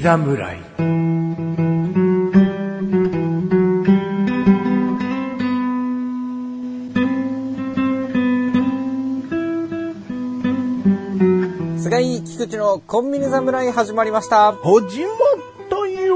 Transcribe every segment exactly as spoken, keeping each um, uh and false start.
侍。 菅井菊池のコンビニ侍始まりました。 始まったよ。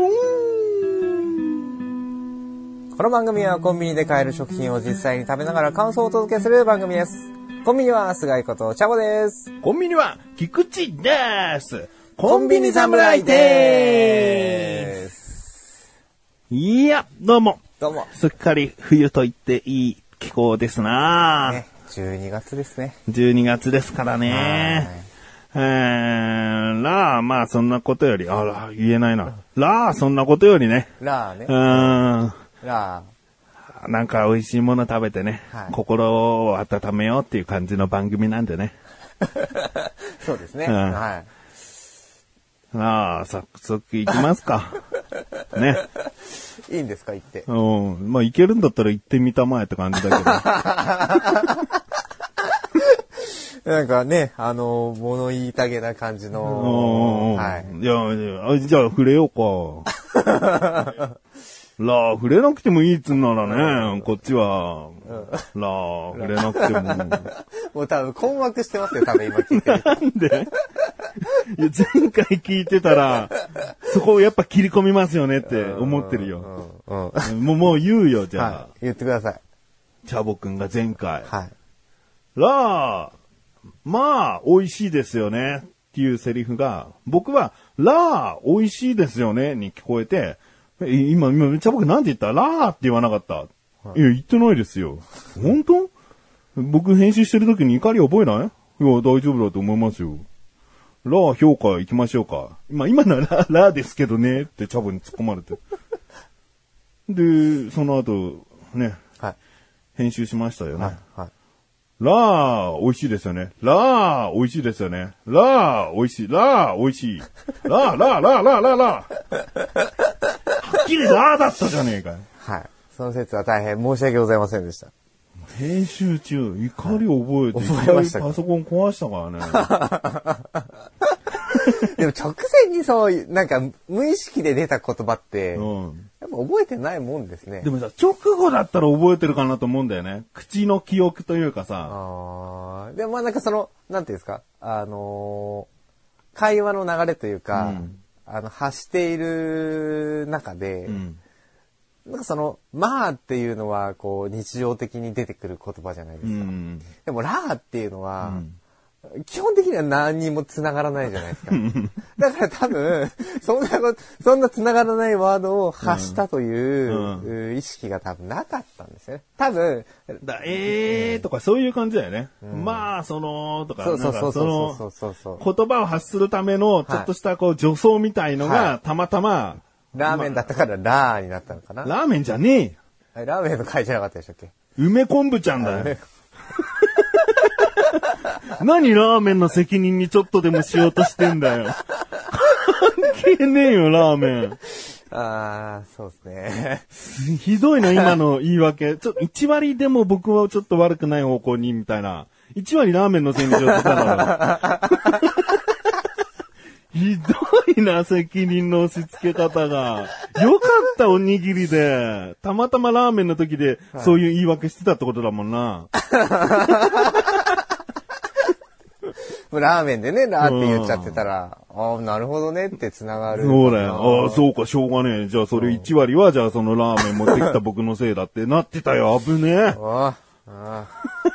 この番組はコンビニで買える食品を実際に食べながら感想をお届けする番組です。コンビニは菅井ことチャボです。 コンビニは菊池です。 コンビニ侍でーす。 いや、どうも。 どうも。 すっかり冬と言っていい気候ですな、 ね、じゅうにがつですね。 じゅうにがつですからね。えー、らあ、まあそんなことより、あら、言えないな。らあ、そんなことよりね。 らあね。 うーん。 らあ。なんか美味しいもの食べてね、 はい、 心を温めようっていう感じの番組なんでね。 そうですね。 うん、 はい。 ああ、早速行きますか。ね。 いいんですか、行って。 うん。まあ行けるんだったら行ってみたまえって感じだけど。 なんかね、あの、物言いたげな感じの。はい。 いや、じゃあ触れようか。らあ、触れなくてもいいっつんならね、こっちは。らあ、触れなくても。 もう多分困惑してますよ、多分今聞いてる。 なんでいや前回聞いてたら、そこをやっぱ切り込みますよねって思ってるよ。うんうん、もう、もう言うよ、じゃあ。はい、 言ってください。 チャボくんが前回。 はい。 らあ、まあ、美味しいですよねっていうセリフが、僕は、らあ、美味しいですよねに聞こえて、今、今、チャボくんなんて言ったらあって言わなかった。はい、いや、言ってないですよ。本当？僕編集してる時に怒り覚えない？いや、大丈夫だと思いますよ。ラー評価行きましょうか。まあ、今のはラー、ラーですけどねってチャボに突っ込まれて。で、その後、ね、 はい、 編集しましたよね。 はいはい、 ラー、美味しいですよね。ラー、美味しいですよね。ラー、美味しい。ラー、美味しい。ラー、ラー、ラー、ラー、ラー、ラー。はっきりラーだったじゃねえかよ。 はい。その説は大変申し訳ございませんでした。 編集中、怒りを覚えて、 はい、覚えましたか。 パソコン壊したからね。 でも直前にそういう、なんか無意識で出た言葉って、うん、やっぱ覚えてないもんですね。 でもさ、直後だったら覚えてるかなと思うんだよね。口の記憶というかさ。 あでもまあなんかその、なんていうんですか、あのー、会話の流れというか、うん、あの、発している中で、うん、なんかその、まあっていうのは、こう、日常的に出てくる言葉じゃないですか。うん、でも、らーっていうのは、うん基本的には何にも繋がらないじゃないですか。だから多分、そんなこと、そんな繋がらないワードを発したという、うん、意識が多分なかったんですよね。多分、 だえーとかそういう感じだよね。うん、まあ、その、とか、 そうそうそうそうそうそう。 言葉を発するための、ちょっとしたこう、助走みたいのが、はい、たまたま、 ラーメンだったからラーになったのかな。 ラーメンじゃねえよ。ラーメンの会じゃなかったでしたっけ？ 梅昆布ちゃんだよ。何ラーメンの責任にちょっとでもしようとしてんだよ。関係ねえよ、ラーメン。 ああ、そうですね。 ひどいな、今の言い訳。ちょっといち割でも僕はちょっと悪くない方向に、みたいな。いち割ラーメンのせいにしようとしたら。ひどいな、責任の押し付け方が。よかった、おにぎりで。たまたまラーメンの時で、そういう言い訳してたってことだもんな。 ラーメンでね、ラーって言っちゃってたら、うん、ああ、なるほどねって繋がる。 そうだよ。ああ、そうか、しょうがねえ。じゃあそれいち割は、じゃあそのラーメン持ってきた僕のせいだってなってたよ。危ねえ。ああ。ああ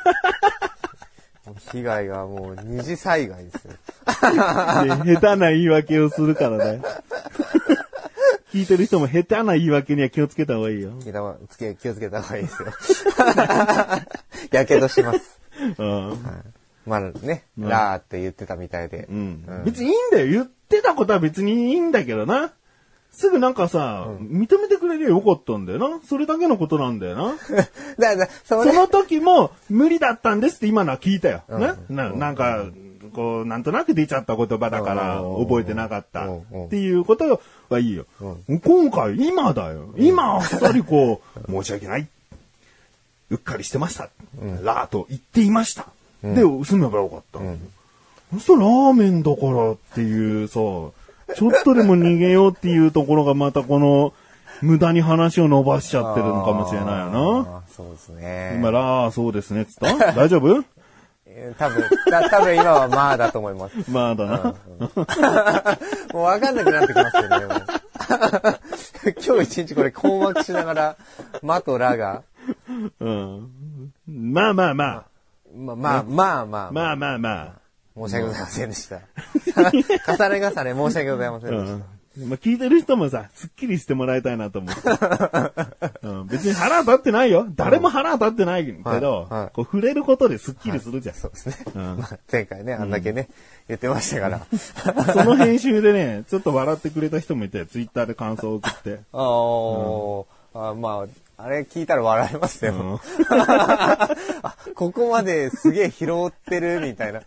被害がもう二次災害ですよ。 下手な言い訳をするからね。聞いてる人も下手な言い訳には気をつけた方がいいよ。 気をつけ、気をつけた方がいいですよ。やけどします。うんはいまあね、うん、ラーって言ってたみたいで、 うんうん。別にいいんだよ。言ってたことは別にいいんだけどな。すぐなんかさ、うん、認めてくれりゃよかったんだよな。それだけのことなんだよな。 だだ そ, その時も無理だったんですって今のは聞いたよ。うんねうん、な, なんか、こう、なんとなく出ちゃった言葉だから覚えてなかったっていうことはいいよ。うん、今回、今だよ。今、あっさりこう、申し訳ない。うっかりしてました。うん、ラーと言っていました。で、済めばよかった。うん、そしたらラーメンだからっていうさ、 ちょっとでも逃げようっていうところがまたこの、無駄に話を伸ばしちゃってるのかもしれないよな。 そうですね。 今、らー、そうですね、つった大丈夫多分、た多分今はまあだと思います。 まあだな。 うんうん、もうわかんなくなってきますよね。今日一日これ困惑しながら、まとらが。 うん。まあまあまあ。 まあまあまあまあ。 まあまあまあ。 申し訳ございませんでした。重ね重ね申し訳ございませんでした。うんまあ、聞いてる人もさ、すっきりしてもらいたいなと思って。うん、別に腹当たってないよ。誰も腹当たってないけど、はいはい、こう触れることですっきりするじゃん。はい、 そうですね。うんまあ、前回ね、あんだけね、うん、言ってましたから。 その編集でね、ちょっと笑ってくれた人もいて、ツイッターで感想を送って。 あ、うん、あまあ、あれ聞いたら笑いますよ。うん、あここまですげえ拾ってるみたいな。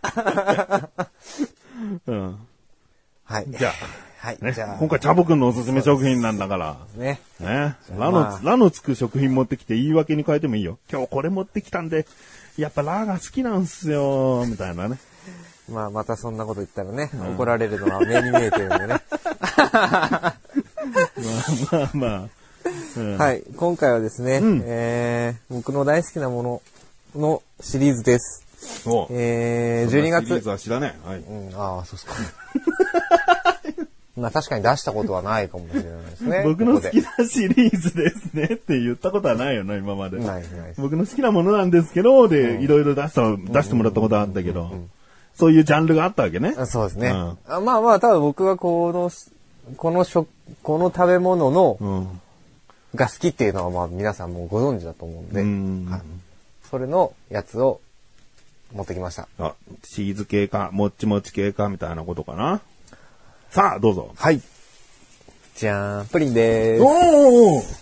うん、はい。じゃあ。 はい。 ね、 じゃあ今回、チャボくんのおすすめ食品なんだから。 ね。 ね。ラの、まあ、ラのつく食品持ってきて言い訳に変えてもいいよ。今日これ持ってきたんで、やっぱラが好きなんすよ、みたいなね。 まあ、またそんなこと言ったらね、うん、怒られるのは目に見えてるんでね。まあまあまあ、 うん。はい。今回はですね、うん、えー、僕の大好きなもののシリーズです。えー、じゅうにがつ。 シリーズは知らねえ。はい。 うん、ああ、そうっすか。まあ確かに出したことはないかもしれないですね。 僕の好きなシリーズですねって言ったことはないよな、今まで。 ないない。 僕の好きなものなんですけど、で、いろいろ出した、出してもらったことはあったけど、そういうジャンルがあったわけね。 そうですね。うん、あまあまあ、多分僕はこの、この食、この食べ物の、うん、が好きっていうのはまあ皆さんもご存知だと思うんで、うんはい、それのやつを持ってきました。 あ、チーズ系か、もっちもち系かみたいなことかな。さあ、どうぞ。 はい。じゃーん、プリンでーす。 おー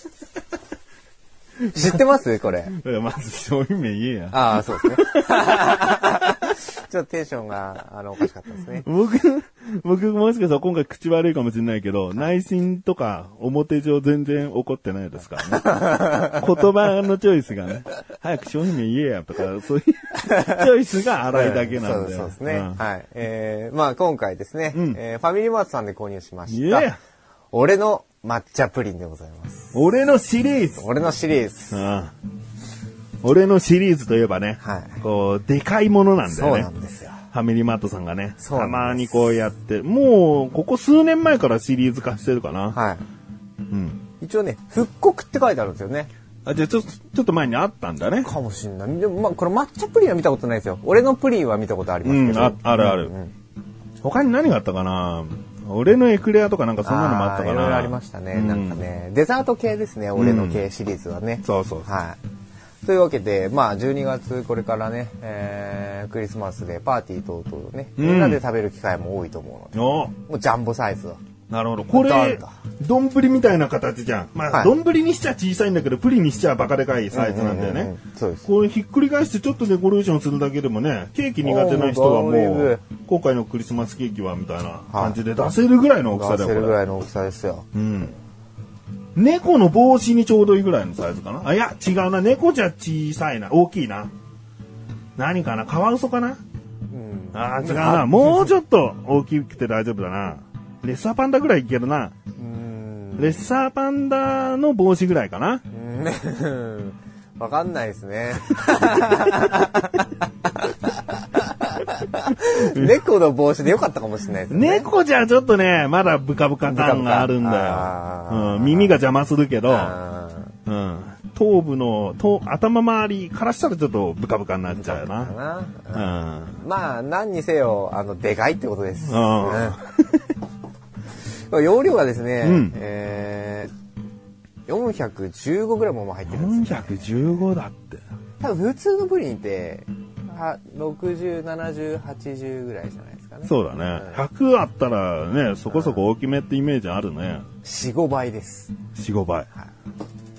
知ってますこれ。 まず商品名言えや。 ああ、そうですね。ちょっとテンションが、あの、おかしかったですね。 僕、僕もしかしたら今回口悪いかもしれないけど、内心とか表上全然怒ってないですからね。言葉のチョイスがね、早く商品名言えやとか、そういうチョイスが荒いだけなんで。 そうそうですね。うん、はい。えー、まあ今回ですね、うんえー、ファミリーマートさんで購入しました。俺の抹茶プリンでございます。 俺のシリーズ俺のシリーズ。 ああ俺のシリーズといえばね、はい、こう、でかいものなんだよね。 そうなんですよ。 ファミリーマートさんがね、たまにこうやって、もう、ここ数年前からシリーズ化してるかな。 はい。うん。一応ね、復刻って書いてあるんですよね。 あ、じゃあちょっと、ちょっと前にあったんだね。 かもしんない。でも、まあ、これ抹茶プリンは見たことないですよ。俺のプリンは見たことありますけど。 うん、あ、あるある。うんうん、他に何があったかな俺のエクレアとかなんかそんなのもあったかな。 いろいろありましたね、うん。なんかね、デザート系ですね、俺の系シリーズはね。 うん、そうそうそう。 はい。というわけで、まあ、じゅうにがつこれからね、えー、クリスマスでパーティー等々ね、みんなで食べる機会も多いと思うので、うん、もうジャンボサイズを。 なるほど。これ、丼みたいな形じゃん。まあ、丼、はい、にしちゃ小さいんだけど、プリンにしちゃバカでかいサイズなんだよね。うんうんうん、 そうです。 これひっくり返してちょっとデコレーションするだけでもね、ケーキ苦手な人はもう、今回のクリスマスケーキはみたいな感じで出せるぐらいの大きさだよ、 出せるぐらいの大きさですよ。 うん。猫の帽子にちょうどいいぐらいのサイズかな。あ、いや、違うな。猫じゃ小さいな。大きいな。何かな。カワウソかな。うん、あ、違うな。もうちょっと大きくて大丈夫だな。レッサーパンダぐらいいけるな。うんレッサーパンダの帽子ぐらいかな。 うんわかんないですね。猫の帽子でよかったかもしれないですね。 猫じゃちょっとね、まだブカブカ感があるんだよ。うん、耳が邪魔するけど、うん、頭部の頭頭周りからしたらちょっとブカブカになっちゃうよな。なうん、まあ何にせよあのでかいってことです。うん、容量がですね、うん、えー、よんひゃくじゅうごグラム も入ってるんですよ、ね。 よんひゃくじゅうごだって。 多分普通のプリンってろくじゅう、ななじゅう、はちじゅうぐらいじゃないですかね。 そうだね。ひゃくあったらね、そこそこ大きめってイメージあるね。 よん、ごばいです。 よん、ごばい。はい、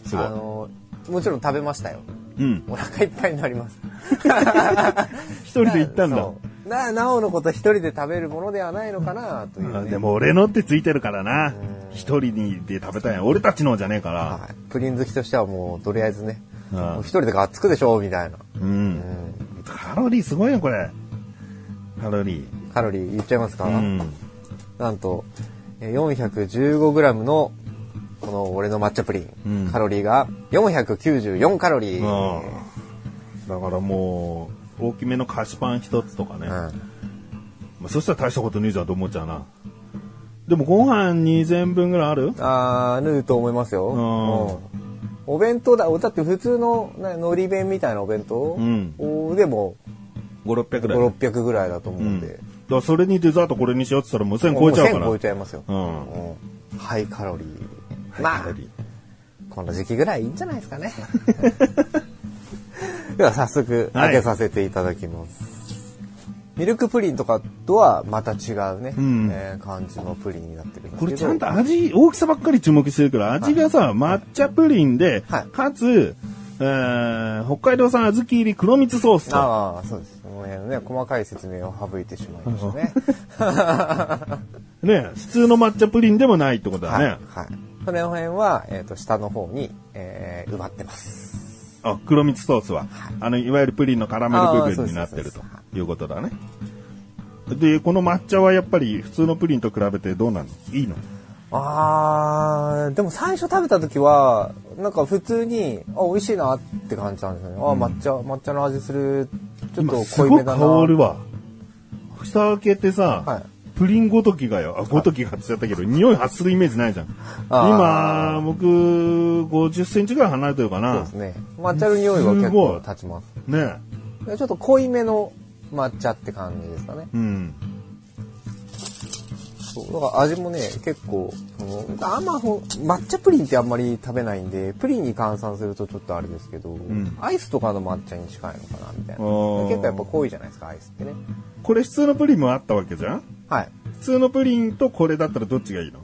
すごい。あの、もちろん食べましたよ。うん。お腹いっぱいになります。 一人で行ったんだ。 な、なおのこと一人で食べるものではないのかなという、ね。 でも俺のってついてるからな。一人にで食べたい。俺たちのじゃねえから。はい。 プリン好きとしてはもうとりあえずね、一人でがっつくでしょみたいな。うん。うんカロリーすごいよこれ。カロリー。 カロリー言っちゃいますか？うん。 なんと よんひゃくじゅうごグラム のこの俺の抹茶プリン、うん、カロリーがよんひゃくきゅうじゅうよんカロリー。 あだからもう大きめの菓子パン一つとかね、うんまあ、そしたら大したことねえじゃんと思っちゃうな。でもご飯にせんぶんぐらいある？ あーあると思いますよ、うん、お弁当だだって普通ののり弁みたいなお弁当、うん、でもごひゃくろっぴゃくぐらいごひゃくろっぴゃくぐらいだと思うんで、うん、だからそれにデザートこれにしようって言ったらもうせん超えちゃうから。 せん超えちゃいますよ、うんうん、ハイカロリー。まあこの時期ぐらいいいんじゃないですかね。では早速開けさせていただきます、はい、ミルクプリンとかとはまた違うね、うんえー、感じのプリンになってるんですけど、 これちゃんと味大きさばっかり注目してるから味がさ、はい、抹茶プリンで、はい、かつ、えー、北海道産小豆入り黒蜜ソースと。 ああそうです。もうね細かい説明を省いてしまいましたね。 ね普通の抹茶プリンでもないってことだね。はい。はい、 その辺は、えー、と下の方に、えー、埋まってます。 あ、黒蜜ソースは、はい、あのいわゆるプリンのカラメル部分になってるということだね。で、この抹茶はやっぱり普通のプリンと比べてどうなの？いいの？ あー、でも最初食べた時はなんか普通にあ美味しいなって感じなんですよね。あ、抹茶抹茶の味する。ちょっと濃いめだな。 すごく香るわ。蓋開けてさ。はいプリンごときがよ、あ、ごときが発しちゃったけど、匂い発するイメージないじゃん。今、僕、ごじゅっセンチぐらい離れてるかな。 そうですね。抹茶の匂いは結構立ちます。 ねちょっと濃いめの抹茶って感じですかね。うん。そう、だから味もね、結構、そのあんま抹茶プリンってあんまり食べないんで、プリンに換算するとちょっとあれですけど、うん、アイスとかの抹茶に近いのかなみたいな。結構やっぱ濃いじゃないですか、アイスってね。 これ普通のプリンもあったわけじゃん？ はい。 普通のプリンとこれだったらどっちがいいの？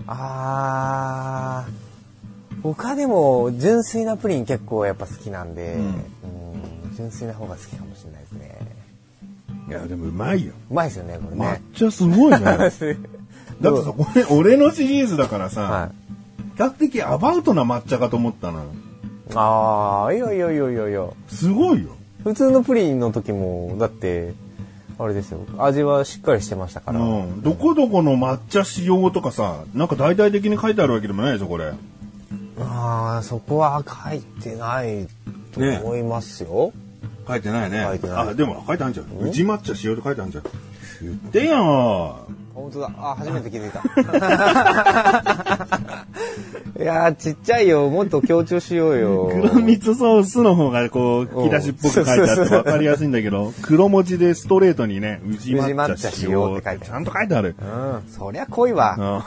あー、他でも純粋なプリン結構やっぱ好きなんで、うん、うん純粋な方が好きかもしれないですね。 いやでもうまいよ。 うまいですよねこれね。 抹茶すごいね。だってさこれ俺のシリーズだからさ、はい、比較的アバウトな抹茶かと思ったの。 ああいやいやいやいやいや。 すごいよ。 普通のプリンの時もだってあれですよ味はしっかりしてましたから。 うん、どこどこの抹茶使用とかさなんか大々的に書いてあるわけでもないでしょこれ。 ああそこは書いてないと思いますよ。ね書いてないね。 書いてない。 あ、でも書いてあるじゃん。宇治抹茶使用って書いてあるじゃん。言ってよ。 本当だ。あ、初めて気づいた。いやー、ちっちゃいよ。もっと強調しようよ。 黒蜜ソースの方がこう、引き出しっぽく書いてあって分かりやすいんだけど、黒文字でストレートにね、宇治抹茶使用って書いてある。ちゃんと書いてある。 うん。そりゃ濃いわ。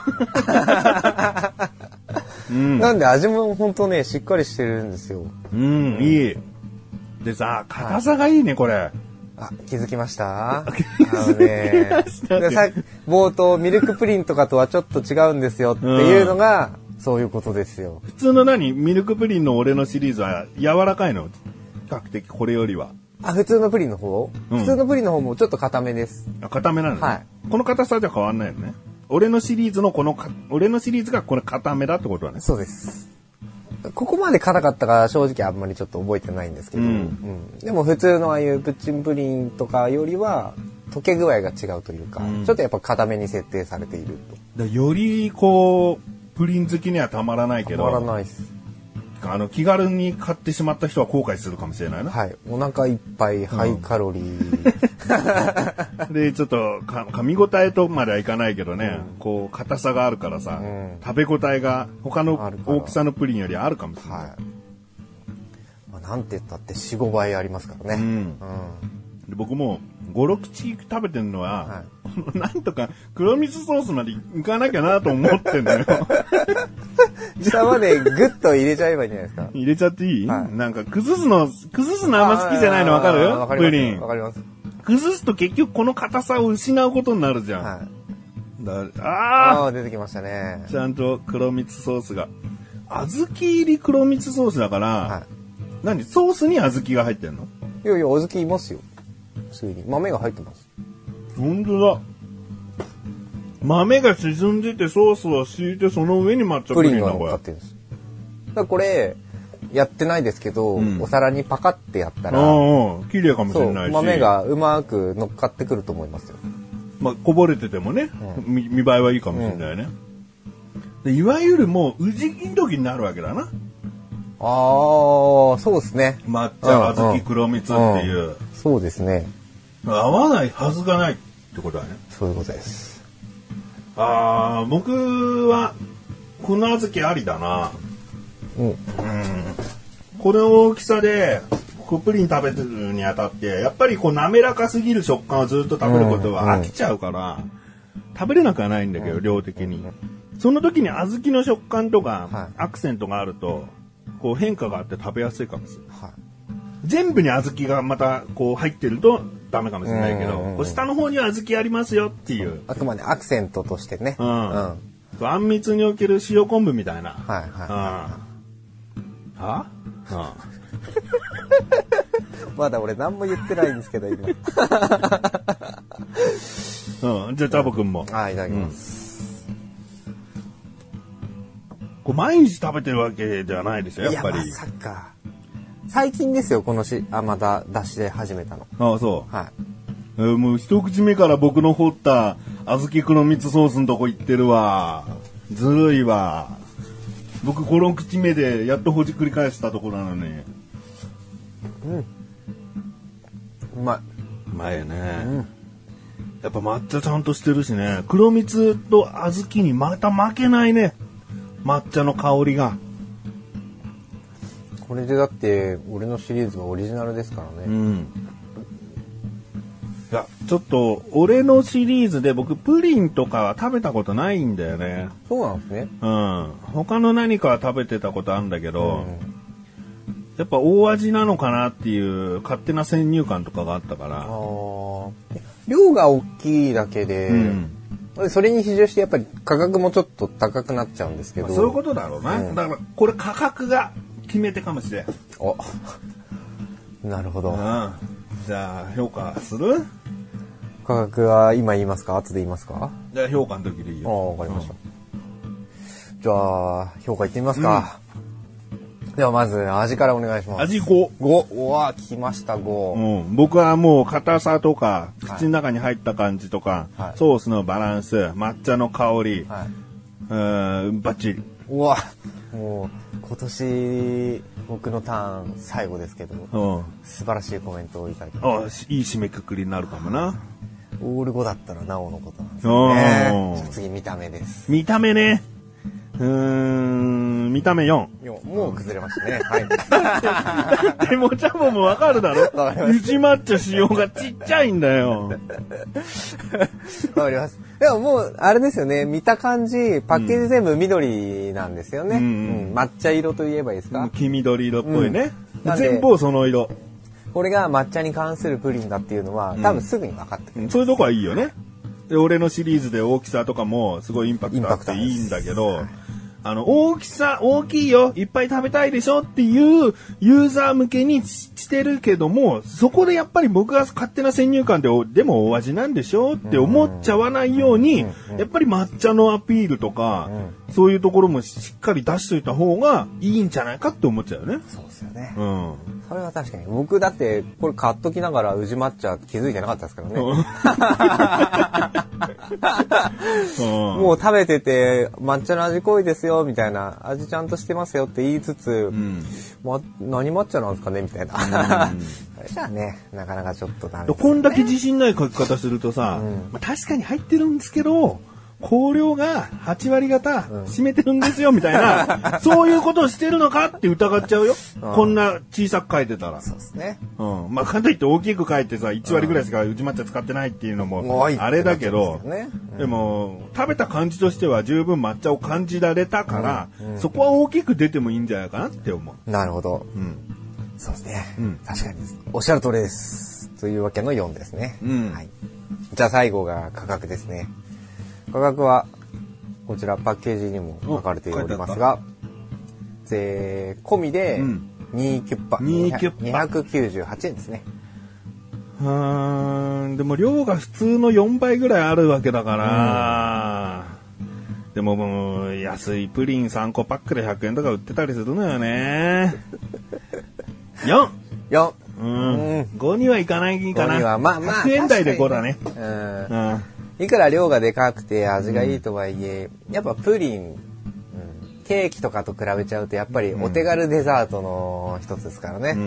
うん、なんで味も本当ね、しっかりしてるんですよ。 うん、いい。でさ、硬さがいいね、これ。 あ、気づきましたあのね、さ冒頭ミルクプリンとかとはちょっと違うんですよっていうのが、うん、そういうことですよ。 普通の何ミルクプリンの俺のシリーズは柔らかいの比較的これよりは。 あ、普通のプリンの方、うん、普通のプリンの方もちょっと硬めです。 あ、硬めなのね。 はい。 この硬さじゃ変わんないよね。俺のシリーズのこのか、俺のシリーズがこれ硬めだってことはね。 そうです。ここまで硬かったか正直あんまりちょっと覚えてないんですけど、うんうん、でも普通のああいうプッチンプリンとかよりは溶け具合が違うというか、うん、ちょっとやっぱ硬めに設定されていると。よりこうプリン好きにはたまらないけど、 たまらないです。 あの気軽に買ってしまった人は後悔するかもしれないな。 はい、お腹いっぱいハイカロリー、 うん、でちょっとか噛み応えとまではいかないけどね、うん、こう硬さがあるからさ、うん、食べ応えが他の大きさのプリンよりあるかもしれない。はい、 まあ、なんて言ったって よん、ごばいありますからね。うんうん、 で僕もご、ろく口食べてるのは、はい、なんとか黒蜜ソースまでいかなきゃなと思ってんのよ。 下までグッと入れちゃえばいいんじゃないですか。 入れちゃっていい、はい、なんか崩すの崩すのあんま好きじゃないの分かる？ わかります。 プリン。 わかります。 崩すと結局この硬さを失うことになるじゃん。はい、だああ出てきましたね。 ちゃんと黒蜜ソースが小豆入り黒蜜ソースだから、はい、何ソースに小豆が入ってんの？ いやいや小豆いますよ。普通に豆が入ってます。 本当だ。豆が沈んでてソースは敷いてその上に抹茶プリンが乗っかってるんです。 だからこれやってないですけど、うん、お皿にパカってやったら綺麗かもしれないし豆がうまく乗っかってくると思いますよ。 まあ、こぼれててもね、うん、見, 見栄えはいいかもしれないね。うん、でいわゆるもう、宇治金時になるわけだな。 ああ、そうですね。 抹茶、小豆、黒蜜っていう、うんうん。 そうですね。 合わないはずがないってことだね。 そういうことです。 ああ、僕は、この小豆ありだな。うん。うん。この大きさで、こうプリン食べてるにあたって、やっぱりこう滑らかすぎる食感をずっと食べることは飽きちゃうから、うんうん、食べれなくはないんだけど、量的に。その時に小豆の食感とか、はい、アクセントがあると、こう変化があって食べやすいかもしれない。はい、全部に小豆がまたこう入ってるとダメかもしれないけど、こう下の方には小豆ありますよっていう。 あくまでアクセントとしてね。 うん。うん、あんみつにおける塩昆布みたいな。 はいはい。うん、 は？うん。 まだ俺何も言ってないんですけど今。 うん。じゃあタボ君も。 はい、いただきます。うん、 こう毎日食べてるわけではないですよやっぱり。 いやまさか。最近ですよこのしあまた出しで始めたの。 ああそう。 はい。 えー、もう一口目から僕の掘った小豆黒蜜ソースのとこ行ってるわ。ずるいわ。僕この口目でやっとほじくり返したところなのに。 うん。うまい。 うまいよね。うん、やっぱ抹茶ちゃんとしてるしね。黒蜜と小豆にまた負けないね。抹茶の香りが。 これでだって俺のシリーズはオリジナルですからね。うん。 いやちょっと俺のシリーズで僕プリンとかは食べたことないんだよね。 そうなんですね。 うん。他の何かは食べてたことあるんだけど、うん、やっぱ大味なのかなっていう勝手な先入観とかがあったから。あ量が大きいだけで、うん、それに比重してやっぱり価格もちょっと高くなっちゃうんですけど。まあ、 そういうことだろうな。うん、だからこれ価格が決め手かもしれん。 おなるほど。うん、 じゃあ評価する？ 価格は今言いますか？後で言いますか？ じゃあ評価の時でいいよ。 あ、わかりました。うん、じゃあ評価いってみますか。うん、ではまず味からお願いします。 味ご。 ご。おわ、聞きましたご。 うん。僕はもう硬さとか、口の中に入った感じとか、はい、ソースのバランス、抹茶の香り、はい、うーん、バッチリ。 うわ、もう今年僕のターン最後ですけど、うん、素晴らしいコメントをいただきました。あ、いい締めくくりになるかもな。 オールごだったらなおのことなんですよね。じゃあ次見た目です。 見た目ね。うーん、見た目よん。 よんもう崩れましたね。はい。でもちゃももわかるだろ。宇治抹茶使用がちっちゃいんだよ。 わかります。でももうあれですよね。見た感じパッケージ全部緑なんですよね。うんうん、抹茶色と言えばいいですか。 黄緑色っぽいね。うん、全部その色。 これが抹茶に関するプリンだっていうのは多分すぐに分かってくる、 うん。そういうとこはいいよね。で俺のシリーズで大きさとかもすごいインパクトあっていいんだけど。あの、大きさ、大きいよ、いっぱい食べたいでしょっていうユーザー向けにしてるけども、そこでやっぱり僕が勝手な先入観で、でも大味なんでしょって思っちゃわないように、やっぱり抹茶のアピールとか、そういうところもしっかり出しといた方がいいんじゃないかって思っちゃうよね。 そうですよね。うん。それは確かに。僕だって、これ買っときながら宇治抹茶気づいてなかったですからね。うん、もう食べてて、抹茶の味濃いですよ、みたいな、味ちゃんとしてますよって言いつつ、うん、ま、何抹茶なんですかねみたいな。うん、それじゃあね、なかなかちょっとダメですね。 こんだけ自信ない書き方するとさ、うんまあ、確かに入ってるんですけど、香料がはち割方占めてるんですよ、みたいな、うん、そういうことをしてるのかって疑っちゃうよ。うん、こんな小さく書いてたら。 そうですね。 うん。まあ、簡単に言って大きく書いてさ、いち割ぐらいしか宇治抹茶使ってないっていうのも、あれだけど、ねうん、でも、食べた感じとしては十分抹茶を感じられたから、うんうん、そこは大きく出てもいいんじゃないかなって思う。 なるほど。うん。そうですね。うん、確かに。おっしゃる通りです。というわけのよんですね。うん。はい。じゃあ最後が価格ですね。価格はこちらパッケージにも書かれておりますが、税込みでにキュッパ、 にキュッパにひゃくきゅうじゅうはちえんですね。 うーん、でも量が普通のよんばいぐらいあるわけだから、うん、でももう安いプリンさんこパックでひゃくえんとか売ってたりするのよね。よんよんうん、ごにはいかないかな。 ごにはまあまあひゃくえん台でごだね。 うんうんいくら量がでかくて味がいいとはいえ、うん、やっぱプリン、うん、ケーキとかと比べちゃうとやっぱりお手軽デザートの一つですからね。うんうん、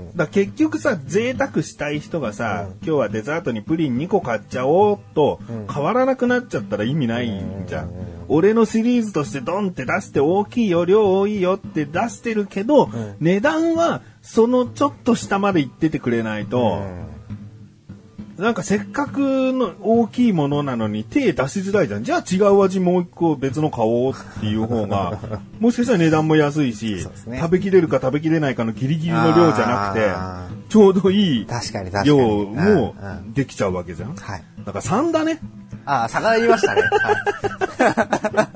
だから結局さ、贅沢したい人がさ、うん、今日はデザートにプリンにこ買っちゃおうと変わらなくなっちゃったら意味ないんじゃん。うんうんうん、俺のシリーズとしてドンって出して大きいよ、量多いよって出してるけど、うん、値段はそのちょっと下まで行っててくれないと、うん、なんかせっかくの大きいものなのに手出しづらいじゃん。じゃあ違う味もう一個別の買おうっていう方が、もしかしたら値段も安いし、ね、食べきれるか食べきれないかのギリギリの量じゃなくて、ちょうどいい量もできちゃうわけじゃん。はい、だからさんだね。 ああ、差がありましたね。はい、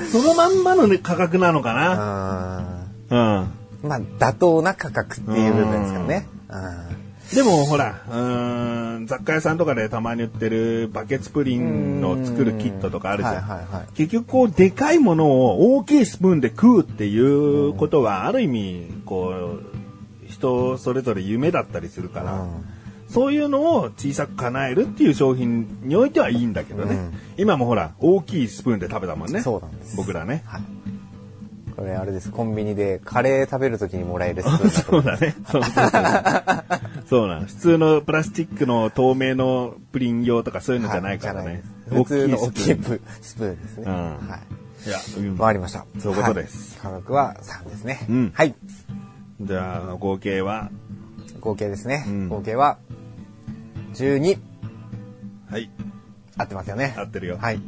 そのまんまの、ね、価格なのかな。 うん。まあ、妥当な価格っていう部分ですかね。 でも、ほら、うーん、雑貨屋さんとかでたまに売ってるバケツプリンの作るキットとかあるじゃん。はいはいはい、結局、こう、でかいものを大きいスプーンで食うっていうことは、ある意味、こう、人それぞれ夢だったりするから、うん、そういうのを小さく叶えるっていう商品においてはいいんだけどね。うん、今もほら、大きいスプーンで食べたもんね。 そうなんです。 僕らね。はい、 これあれです。コンビニでカレー食べるときにもらえるスプーンだと。 そうだね。そうそうそう。そうなん。普通のプラスチックの透明のプリン用とかそういうのじゃないからね。 はい、普通の大きいスプーンですね。うん、はい。いや、うん、わかりました。 そういうことです。 はい、価格はさんですね。 うん、 はい。 じゃあ、合計は合計ですね。うん、合計はじゅうに。 はい。 合ってますよね。 合ってるよ。 はい。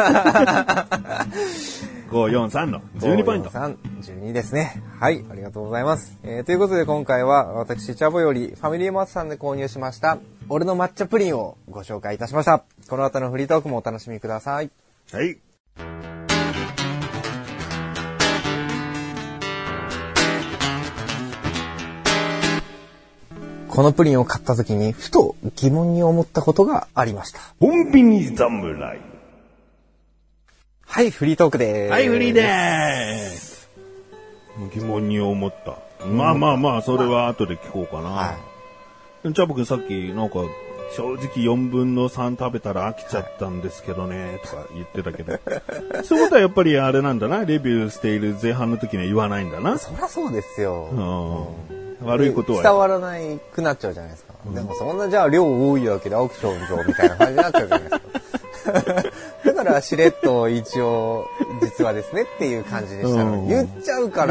ご、よん、さんのじゅうにポイント。 ご、よん、さん、じゅうにですね。はい。ありがとうございます。えー、ということで今回は私、チャボよりファミリーマートさんで購入しました俺の抹茶プリンをご紹介いたしました。この後のフリートークもお楽しみください。 はい。 このプリンを買った時にふと疑問に思ったことがありました。 コンビニ侍。 はい、フリートークでーす。 はい、フリーでーす。疑問に思った。まあまあまあ、それは後で聞こうかな。はい。じゃあ僕さっきなんか正直よんぶんのさん食べたら飽きちゃったんですけどね、とか言ってたけど。そういうことはやっぱりあれなんだな。レビューしている前半の時には言わないんだな。 そりゃそうですよ。うん 。悪いことは伝わらないくなっちゃうじゃないですか。うん、でもそんなじゃあ量多いわけで青木賞みたいな感じになっちゃうじゃないですか。だからしれっと一応実はですねっていう感じにしたのに言っちゃうから。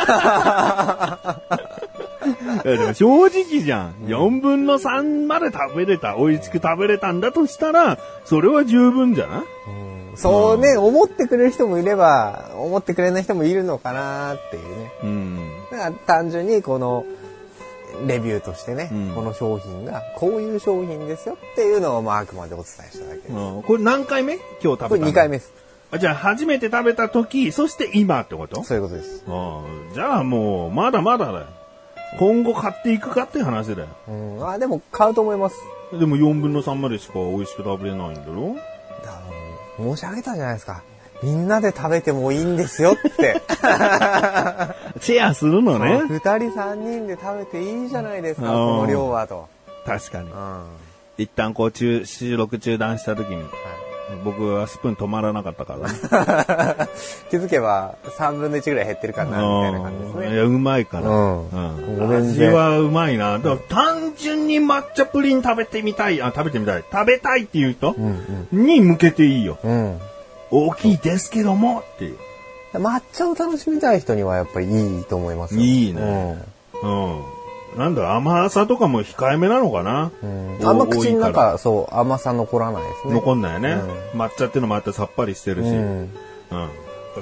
いやでも正直じゃん。よんぶんのさんまで食べれた、美味しく食べれたんだとしたら、それは十分じゃない？ うん、そうね、うん、思ってくれる人もいれば、思ってくれない人もいるのかなっていうね。うん、だから単純にこのレビューとしてね、うん、この商品がこういう商品ですよっていうのをまああくまでお伝えしただけです。うん、 これ何回目？今日食べたの？ これにかいめです。 あ、じゃあ初めて食べた時、そして今ってこと？ そういうことです。 ああ、じゃあもうまだまだだよ。今後買っていくかって話だよ。 うん、あ、でも買うと思います。 でもよんぶんのさんまでしか美味しく食べれないんだろ？ だ申し上げたじゃないですか。みんなで食べてもいいんですよって。 シェアするのね。 ふたりさんにんで食べていいじゃないですか、この量はと。 確かに。うん、一旦こう中、収録中断した時に、はい、僕はスプーン止まらなかったからね。 気づけばさんぶんのいちぐらい減ってるかな、みたいな感じですね。 いや、うまいから。うんうん、味はうまいな。だから単純に抹茶プリン食べてみたい、あ、食べてみたい。食べたいっていう人、うんうん、に向けていいよ。うん、大きいですけどもっていう。 抹茶を楽しみたい人にはやっぱりいいと思いますよ。 いいね。うん。うんなんだ甘さとかも控えめなのかな、 うん、あんま口の中そう甘さ残らないですね。 残んないよね、うん、抹茶っていうのもあってさっぱりしてるし、うんうん、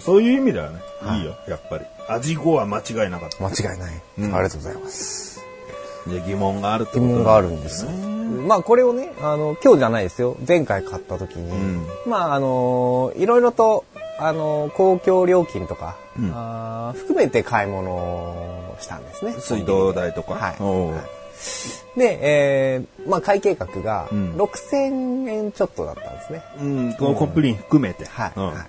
そういう意味ではね、はい、いいよやっぱり味後は間違いなかった。 間違いない、うん、ありがとうございます。 で疑問があるってこと、 ね、疑問があるんですよ。まあこれをねあの今日じゃないですよ前回買った時に、うん、まああのいろいろとあの公共料金とか、うん、あ含めて買い物をしたんですね。 水道代とか。はい。はい、で、えー、まあ会計額がろくせんえんちょっとだったんですね。 うん、このコンプリン含めて。 はい。うん、はい、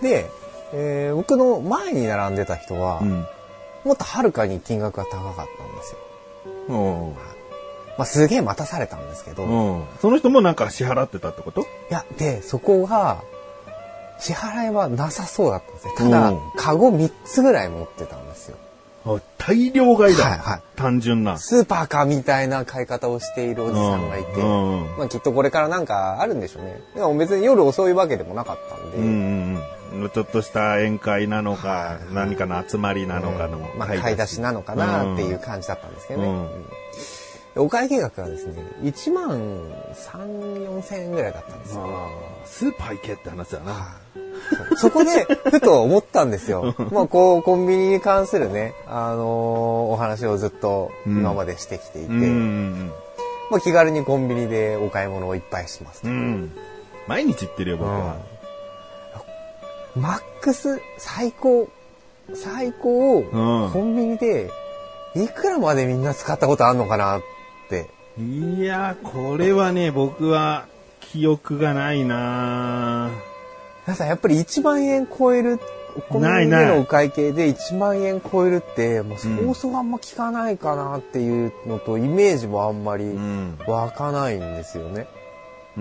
で、えー、僕の前に並んでた人は、うん、もっとはるかに金額が高かったんですよ。 まあ、すげえ待たされたんですけど、 うん、その人もなんか支払ってたってこと？いや、で、そこが、支払いはなさそうだったんですよ。ただ、カゴみっつぐらい持ってたんですよ。 大量買いだ。 はいはい。 単純な。 スーパーかみたいな買い方をしているおじさんがいて、うんうん、まあきっとこれからなんかあるんでしょうね。でも別に夜遅いわけでもなかったんで。 うんうん、ちょっとした宴会なのか、はい、何かの集まりなのかの、 うん、まあ買い出しなのかなっていう感じだったんですけどね。うんうん、お会計額がですね、いちまんさん、よんせんえんぐらいだったんですよ。 スーパー行けって話だな。はあそこで、ふと思ったんですよ。まあ、こう、コンビニに関するね、あのー、お話をずっと今までしてきていて、うん、まあ、気軽にコンビニでお買い物をいっぱいします、うん。 毎日行ってるよ、僕は。 うん、マックス、最高、最高、うん、コンビニで、いくらまでみんな使ったことあるのかなって。 いや、これはね、僕は記憶がないなぁ。 皆さんやっぱりいちまんえん超える、コンビニでのお会計でいちまんえん超えるって、もうそうそうあんま聞かないかなっていうのと、イメージもあんまり湧かないんですよね。うん。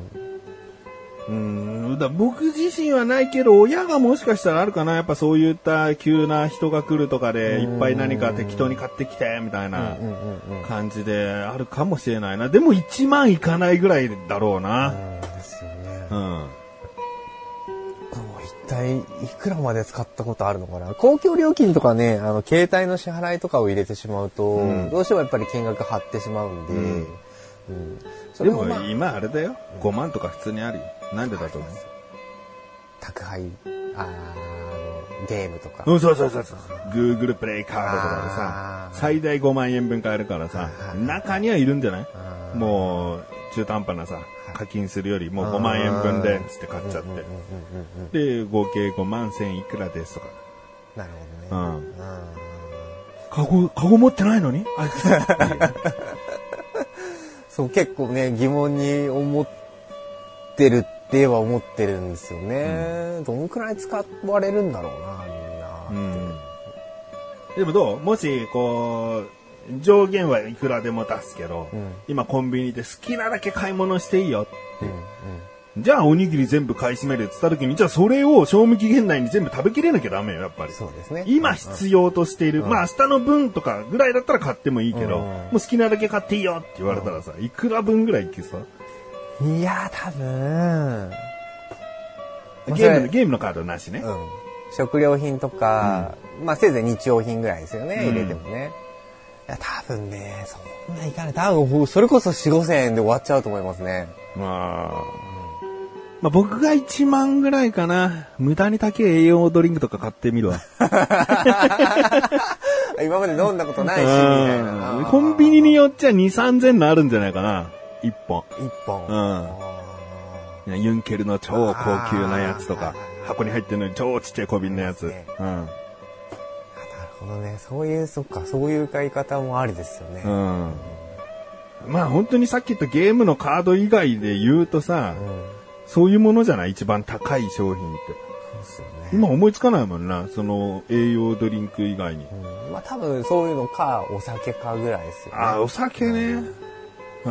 うん。うん。だ僕自身はないけど、親がもしかしたらあるかな。やっぱそういった急な人が来るとかで、いっぱい何か適当に買ってきて、みたいな感じであるかもしれないな。でもいちまんいかないぐらいだろうな。 うんですよね。 うん。 一体いくらまで使ったことあるのかな。公共料金とかね、あの携帯の支払いとかを入れてしまうと、うん、どうしてもやっぱり金額張ってしまうんで、うんうん、それも、まあ、でも今あれだよ、ごまんとか普通にあるよ。なんでだと思う？ 宅配、あのゲームとか、 うん、そうそうそうそう、Google プレイカードとかでさ、最大ごまんえんぶん買えるからさ、中にはいるんじゃない？もう中途半端なさ、課金するよりもうごまんえんぶんでつって買っちゃって、で合計ごまんせんいくらですとか。 なるほどね。うん。 カゴカゴ持ってないのに？あいつそう結構ね疑問に思ってるっては思ってるんですよね。うん、どのくらい使われるんだろうなみんな。うん。 でもどう？もしこう。上限はいくらでも出すけど、うん、今コンビニで好きなだけ買い物していいよって、うんうん、じゃあおにぎり全部買い占めるって言った時に、じゃあそれを賞味期限内に全部食べきれなきゃダメよやっぱり。 そうですね。 今必要としている、うん、まあ明日の分とかぐらいだったら買ってもいいけど、うん、もう好きなだけ買っていいよって言われたらさ、いくら分ぐらいいけさ。 いや多分ゲームゲームのカードなしね。 うん、食料品とか、うん、まあせいぜい日用品ぐらいですよね、入れてもね。いや、多分ね、そんないかない。多分、それこそよん、ごせんえんで終わっちゃうと思いますね。 まあ、うん、まあ僕がいちまんぐらいかな。無駄に高い栄養ドリンクとか買ってみるわ。 今まで飲んだことないし、みたいな。 コンビニによっちゃに、さんぜんのあるんじゃないかな。いっぽん。 いっぽん。 うん。ユンケルの超高級なやつとか、箱に入ってるのに超ちっちゃい小瓶のやつ。うん。 ね、そういう、そっか、そういう買い方もありですよね。うん。 まあ本当にさっき言ったゲームのカード以外で言うとさ、うん、そういうものじゃない一番高い商品って。 そうですよね。 今思いつかないもんな、その栄養ドリンク以外に。 うん、まあ多分そういうのか、お酒かぐらいですよね。 ああ、お酒ね。うん。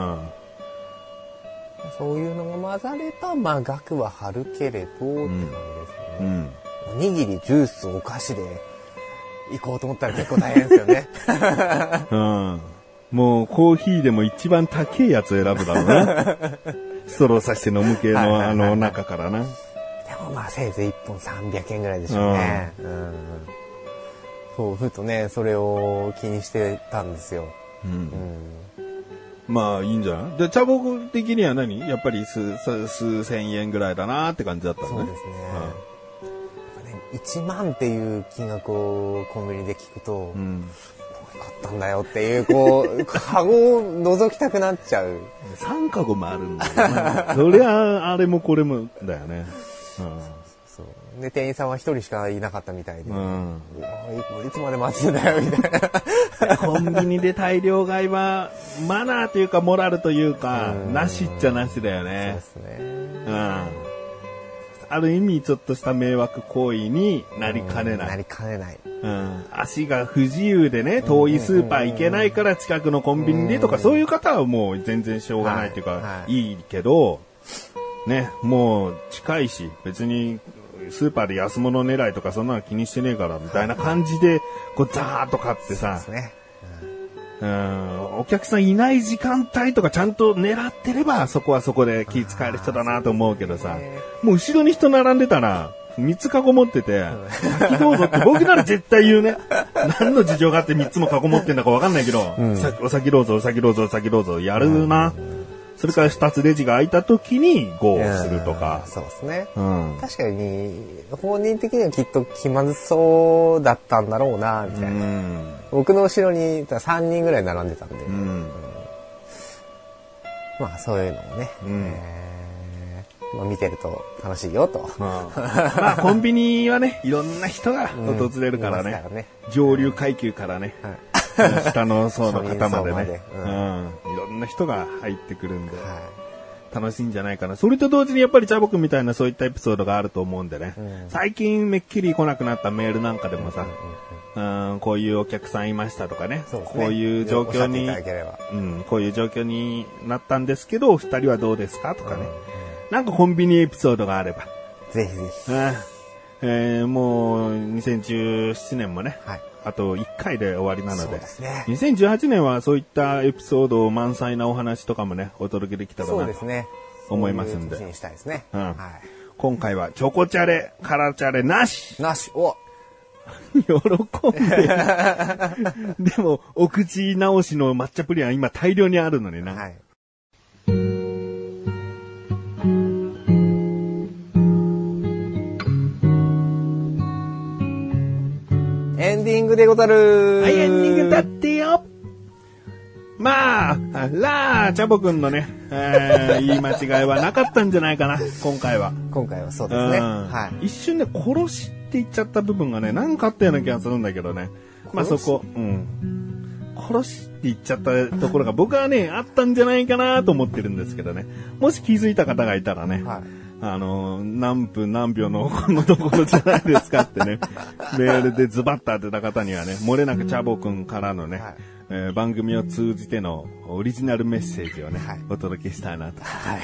うん。 そういうのが混ざれば、まあ額は張るけれど、って感じですよね。うん。おにぎり、ジュース、お菓子で、行こうと思ったら結構大変ですよね。 うん。もうコーヒーでも一番高いやつ選ぶだろうな。ストローさして飲む系のあの中からな。 でもまあせいぜいいっぽんさんびゃくえんぐらいでしょうね。うん。そう、ふとね、それを気にしてたんですよ。うん。うん、 まあいいんじゃない？で、茶僕的には何？やっぱり数、数千円ぐらいだなって感じだったのね。 そうですね。うんいちまんっていう金額をコンビニで聞くと、うん、どう買ったんだよっていう、こう、カゴを覗きたくなっちゃう。 さんカゴもあるんだよね。そりゃ、あれもこれもだよね。うん、 そうで、店員さんは一人しかいなかったみたいで、うん、いつまで待つんだよ、みたいな。 コンビニで大量買いは、マナーというか、モラルというか、うん、なしっちゃなしだよね。 そうですね。 うんある意味ちょっとした迷惑行為になりかねない。 なりかねない。 うん。足が不自由でね、遠いスーパー行けないから近くのコンビニでとか、そういう方はもう全然しょうがないっていうか、 はいはい、 いいけど、ね、もう近いし、別にスーパーで安物狙いとかそんなの気にしてねえからみたいな感じで、こうザーッと買ってさ、 そうですね。 うん、お客さんいない時間帯とかちゃんと狙ってればそこはそこで気使える人だなと思うけどさ、もう後ろに人並んでたらみっつ囲持ってて、先どうぞって僕なら絶対言うね。何の事情があってみっつも囲持ってんだかわかんないけど、うん、お先どうぞお先どうぞお先どうぞやるな。それからふたつレジが開いた時にゴーするとか。 そうですね、 うん。 確かに本人的にはきっと気まずそうだったんだろうなみたいな。うん、僕の後ろにさんにんぐらい並んでたんで、うんうん、まあそういうのもね、うんえーまあ、見てると楽しいよと。 まあ、まあコンビニはねいろんな人が訪れるからね、うんからね上流階級からね。はい下の層の方までねで、うんうん、いろんな人が入ってくるんで、はい、楽しいんじゃないかな。それと同時にやっぱりチャボくんみたいなそういったエピソードがあると思うんでね、うん、最近めっきり来なくなったメールなんかでもさ、うんうんうん、こういうお客さんいましたとか ね, ねこういう状況に、うん、こういう状況になったんですけど二人はどうですかとかね、うんうん、なんかコンビニエピソードがあればぜひぜひ、 うんえー、もうにせんじゅうななねんもね、はいあといっかいで終わりなの で, で、ね、にせんじゅうはちねんはそういったエピソード満載なお話とかもねお届けできたらなと思いますんで、 そうですね。したいですね。 うんはい、今回はチョコチャレ、カラチャレなしなしお喜んででもお口直しの抹茶プリンは今大量にあるのにな、はいエンディングでござる。 はい、エンディングだってよ。まあ、ラー、チャボくんのね、えー、言い間違いはなかったんじゃないかな、今回は。 今回はそうですね。はい。一瞬ね、殺しって言っちゃった部分がね、なんかあったような気がするんだけどね。まあそこ、うん。殺しって言っちゃったところが僕はね、あったんじゃないかなと思ってるんですけどね。もし気づいた方がいたらね。はいあの、何分何秒のこのところじゃないですかってね、メールでズバッと当てた方にはね、漏れなくチャボくんからのね、はいえー、番組を通じてのオリジナルメッセージをね、はい、お届けしたいなと。はい、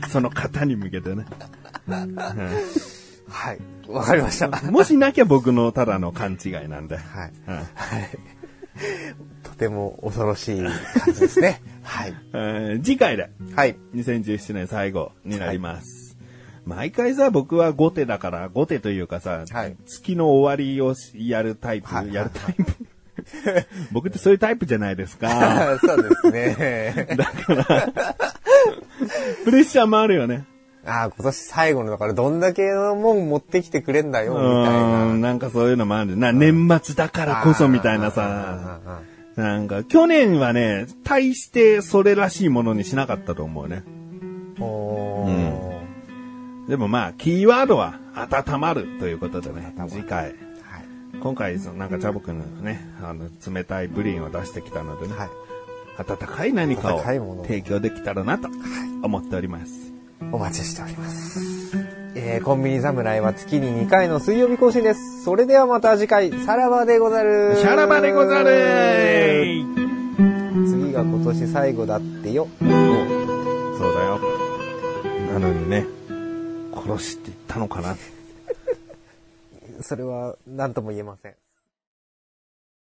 その方に向けてね。 はい。わかりました。 もしなきゃ僕のただの勘違いなんで。はい。うんはいとても恐ろしい感じですね。はい、 えー。次回で、はい、にせんじゅうななねん最後になります。はい、毎回さ、僕は後手だから、後手というかさ、はい、月の終わりをやるタイプ、はい、やるタイプ。僕ってそういうタイプじゃないですか。 そうですね。 だから、プレッシャーもあるよね。 ああ、今年最後のだからどんだけのもん持ってきてくれんだよ、みたいな。 なんかそういうのもある。な、年末だからこそみたいなさ。なんか、去年はね、大してそれらしいものにしなかったと思うね。おー。うん、でもまあ、キーワードは温まるということでね、次回。はい、今回、なんかチャボくんのね、あの、冷たいプリンを出してきたのでね、はい、温かい何かを提供できたらなと思っております。 お待ちしております。えー、コンビニ侍は月ににかいの水曜日更新です。それではまた次回、さらばでござる。 さらばでござる。 次が今年最後だってよ。 そうだよ。なのにね、殺しって言ったのかな。 それは何とも言えません。